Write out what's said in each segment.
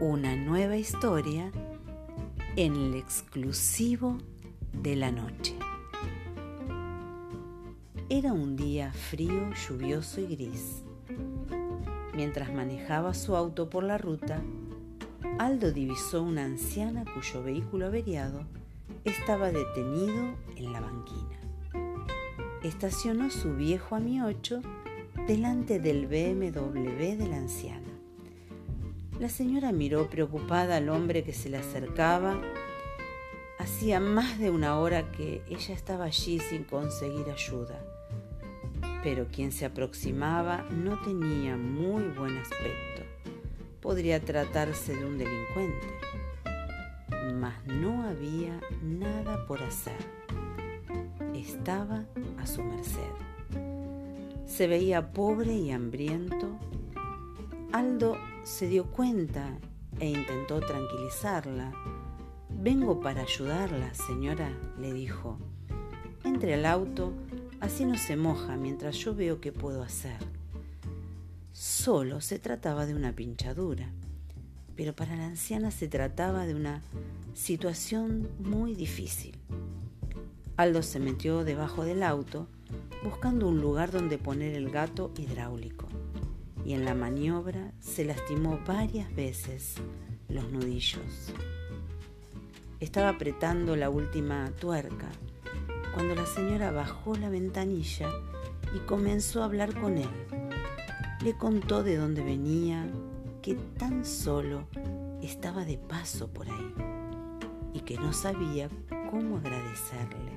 Una nueva historia en el exclusivo de la noche. Era un día frío, lluvioso y gris. Mientras manejaba su auto por la ruta, Aldo divisó una anciana cuyo vehículo averiado estaba detenido en la banquina. Estacionó su viejo Ami 8 delante del BMW de la anciana. La señora miró preocupada al hombre que se le acercaba. Hacía más de una hora que ella estaba allí sin conseguir ayuda, pero quien se aproximaba no tenía muy buen aspecto. Podría tratarse de un delincuente, mas no había nada por hacer. Estaba a su merced. Se veía pobre y hambriento. Aldo se dio cuenta e intentó tranquilizarla. «Vengo para ayudarla, señora», le dijo. «Entre al auto, así no se moja mientras yo veo qué puedo hacer». Solo se trataba de una pinchadura, pero para la anciana se trataba de una situación muy difícil. Aldo se metió debajo del auto buscando un lugar donde poner el gato hidráulico, y en la maniobra se lastimó varias veces los nudillos. Estaba apretando la última tuerca cuando la señora bajó la ventanilla y comenzó a hablar con él. Le contó de dónde venía, que tan solo estaba de paso por ahí y que no sabía cómo agradecerle.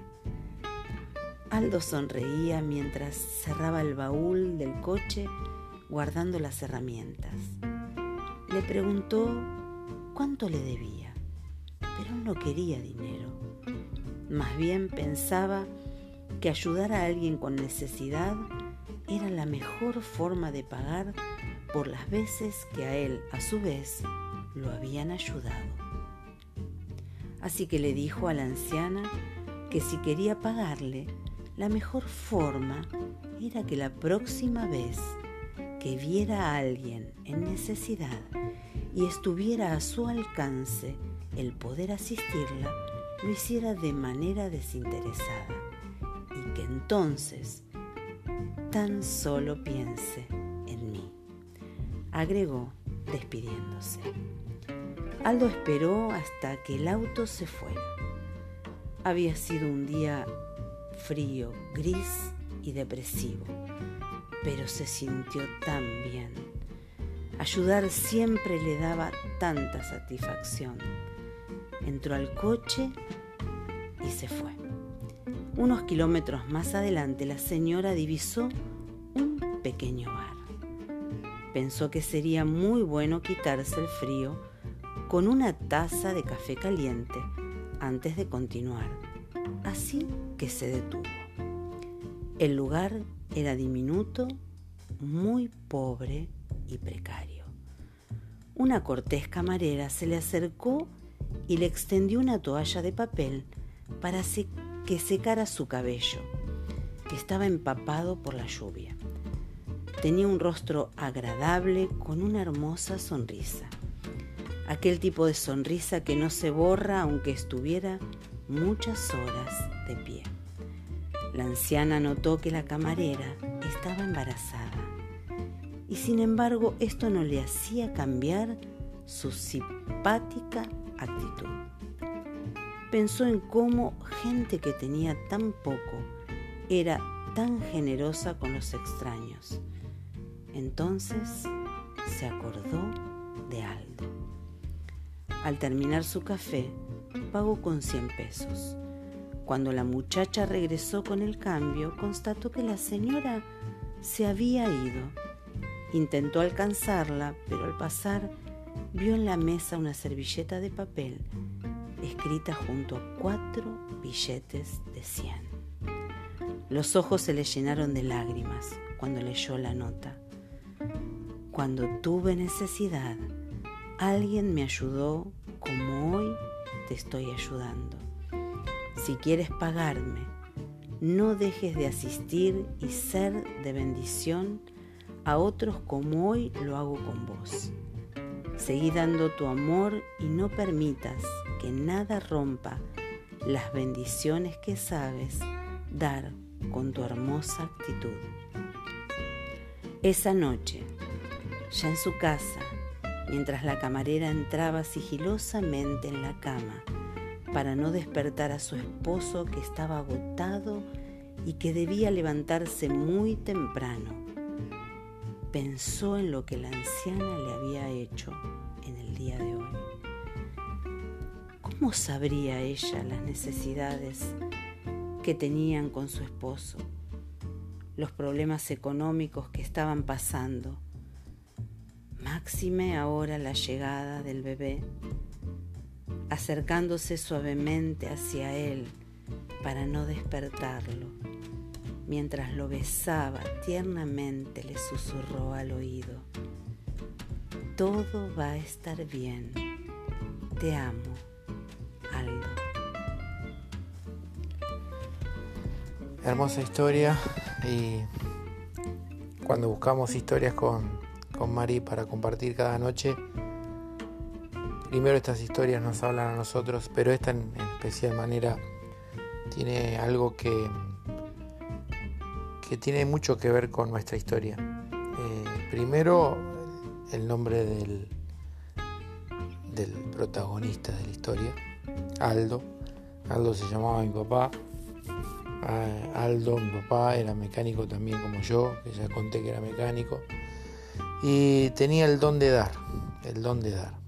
Aldo sonreía mientras cerraba el baúl del coche guardando las herramientas. Le preguntó cuánto le debía, pero él no quería dinero. Más bien pensaba que ayudar a alguien con necesidad era la mejor forma de pagar por las veces que a él, a su vez, lo habían ayudado. Así que le dijo a la anciana que si quería pagarle, la mejor forma era que la próxima vez que viera a alguien en necesidad y estuviera a su alcance el poder asistirla, lo hiciera de manera desinteresada, y que entonces tan solo piense en mí, agregó despidiéndose. Aldo esperó hasta que el auto se fuera. Había sido un día frío, gris y depresivo, pero se sintió tan bien. Ayudar siempre le daba tanta satisfacción. Entró al coche y se fue. Unos kilómetros más adelante, la señora divisó un pequeño bar. Pensó que sería muy bueno quitarse el frío con una taza de café caliente antes de continuar, así que se detuvo. El lugar era diminuto, muy pobre y precario. Una cortés camarera se le acercó y le extendió una toalla de papel para que secara su cabello, que estaba empapado por la lluvia. Tenía un rostro agradable con una hermosa sonrisa. Aquel tipo de sonrisa que no se borra aunque estuviera muchas horas de pie. La anciana notó que la camarera estaba embarazada y sin embargo esto no le hacía cambiar su simpática actitud. Pensó en cómo gente que tenía tan poco era tan generosa con los extraños. Entonces se acordó de Aldo. Al terminar su café, pagó con 100 pesos. Cuando la muchacha regresó con el cambio, constató que la señora se había ido. Intentó alcanzarla, pero al pasar vio en la mesa una servilleta de papel escrita junto a 4 billetes de 100. Los ojos se le llenaron de lágrimas cuando leyó la nota. Cuando tuve necesidad, alguien me ayudó como hoy te estoy ayudando. Si quieres pagarme, no dejes de asistir y ser de bendición a otros como hoy lo hago con vos. Seguí dando tu amor y no permitas que nada rompa las bendiciones que sabes dar con tu hermosa actitud. Esa noche, ya en su casa, mientras la camarera entraba sigilosamente en la cama para no despertar a su esposo que estaba agotado y que debía levantarse muy temprano, pensó en lo que la anciana le había hecho en el día de hoy. ¿Cómo sabría ella las necesidades que tenían con su esposo, los problemas económicos que estaban pasando? Máxime ahora la llegada del bebé, acercándose suavemente hacia él para no despertarlo. Mientras lo besaba tiernamente le susurró al oído: todo va a estar bien, te amo, Aldo. Hermosa historia, y cuando buscamos historias con Mari para compartir cada noche, primero estas historias nos hablan a nosotros, pero esta en especial manera tiene algo que tiene mucho que ver con nuestra historia. Primero, el nombre del protagonista de la historia, Aldo. Aldo se llamaba mi papá. Aldo, mi papá, era mecánico también como yo, que ya conté que era mecánico, y tenía el don de dar, el don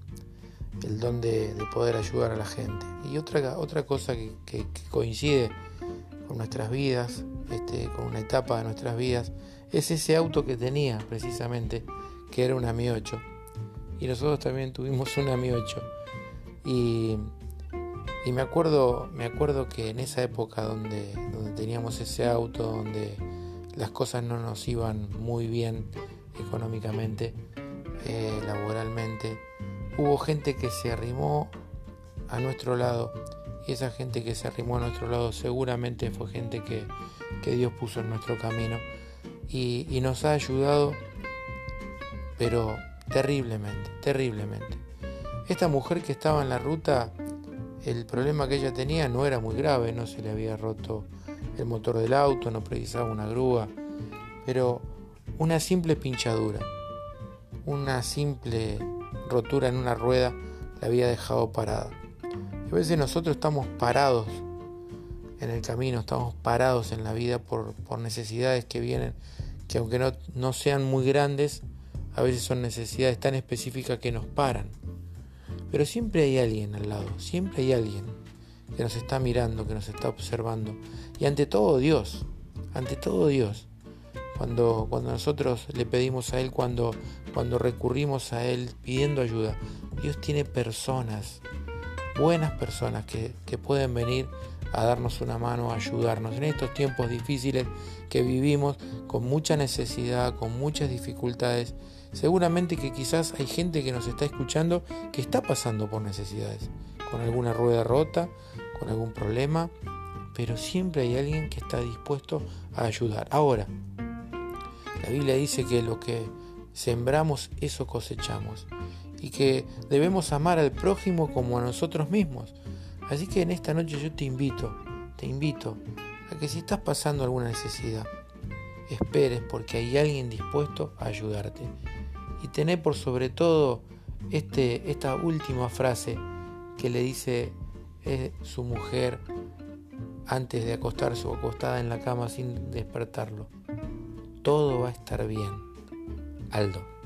de poder ayudar a la gente. Y otra cosa que coincide con nuestras vidas, con una etapa de nuestras vidas, es ese auto que tenía precisamente, que era una Mi 8, y nosotros también tuvimos una Mi 8, y me acuerdo que en esa época donde teníamos ese auto, donde las cosas no nos iban muy bien económicamente, laboralmente, hubo gente que se arrimó a nuestro lado, y esa gente que se arrimó a nuestro lado seguramente fue gente que Dios puso en nuestro camino, y nos ha ayudado, pero terriblemente. Esta mujer que estaba en la ruta, el problema que ella tenía no era muy grave, no se le había roto el motor del auto, no precisaba una grúa, pero una simple pinchadura, una simple rotura en una rueda la había dejado parada. A veces nosotros estamos parados en el camino, estamos parados en la vida por necesidades que vienen, que aunque no sean muy grandes, a veces son necesidades tan específicas que nos paran. Pero siempre hay alguien al lado, siempre hay alguien que nos está mirando, que nos está observando. Y ante todo Dios. Cuando nosotros le pedimos a Él, cuando recurrimos a Él pidiendo ayuda, Dios tiene personas, buenas personas que pueden venir a darnos una mano, a ayudarnos en estos tiempos difíciles que vivimos, con mucha necesidad, con muchas dificultades. Seguramente que quizás hay gente que nos está escuchando que está pasando por necesidades, con alguna rueda rota, con algún problema, pero siempre hay alguien que está dispuesto a ayudar. Ahora, la Biblia dice que lo que sembramos, eso cosechamos, y que debemos amar al prójimo como a nosotros mismos. Así que en esta noche yo te invito a que si estás pasando alguna necesidad, esperes, porque hay alguien dispuesto a ayudarte. Y tener por sobre todo esta última frase que le dice su mujer antes de acostarse o acostada en la cama sin despertarlo: todo va a estar bien, Aldo.